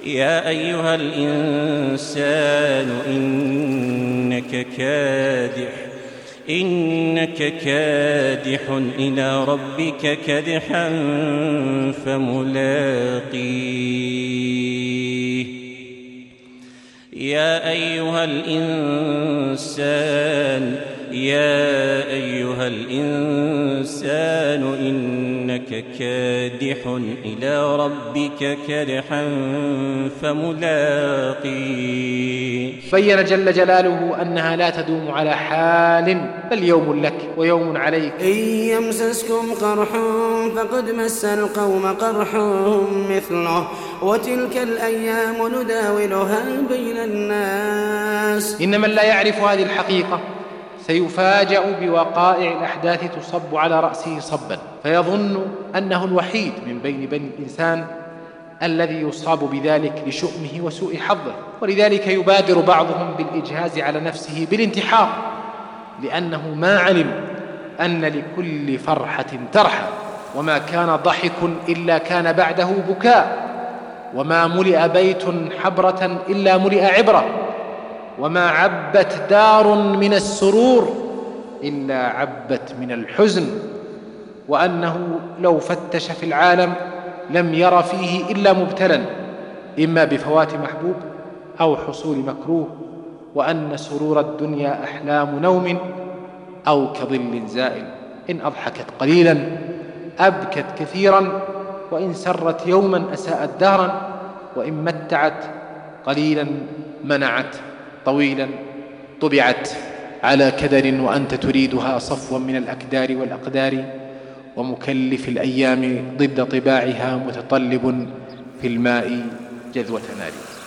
يا أيها الإنسان إنك كادح إلى ربك كدحا فملاقيه يا أيها الإنسان إنك كادح إلى ربك كدحا فملاقيه. بين جل جلاله أنها لا تدوم على حال، بل يوم لك ويوم عليك. إن يمسسكم قرح فقد مس القوم قرح مثله وتلك الأيام نداولها بين الناس. إن من لا يعرف هذه الحقيقة سيفاجأ بوقائع الأحداث تصب على رأسه صبا، فيظن أنه الوحيد من بين بني الإنسان الذي يصاب بذلك لشؤمه وسوء حظه، ولذلك يبادر بعضهم بالإجهاز على نفسه بالانتحار، لأنه ما علم أن لكل فرحة ترحى، وما كان ضحك إلا كان بعده بكاء، وما ملئ بيت حبرة إلا ملئ عبرة، وما عبت دار من السرور إلا عبت من الحزن، وأنه لو فتش في العالم لم ير فيه إلا مبتلا إما بفوات محبوب أو حصول مكروه، وأن سرور الدنيا أحلام نوم أو كظل زائل، إن أضحكت قليلا أبكت كثيرا، وإن سرت يوما أساءت دهرا، وإن متعت قليلا منعت طويلا، طبعت على كدر وأنت تريدها صفوا من الأكدار والأقدار، ومكلف الأيام ضد طباعها متطلب في الماء جذوة نار.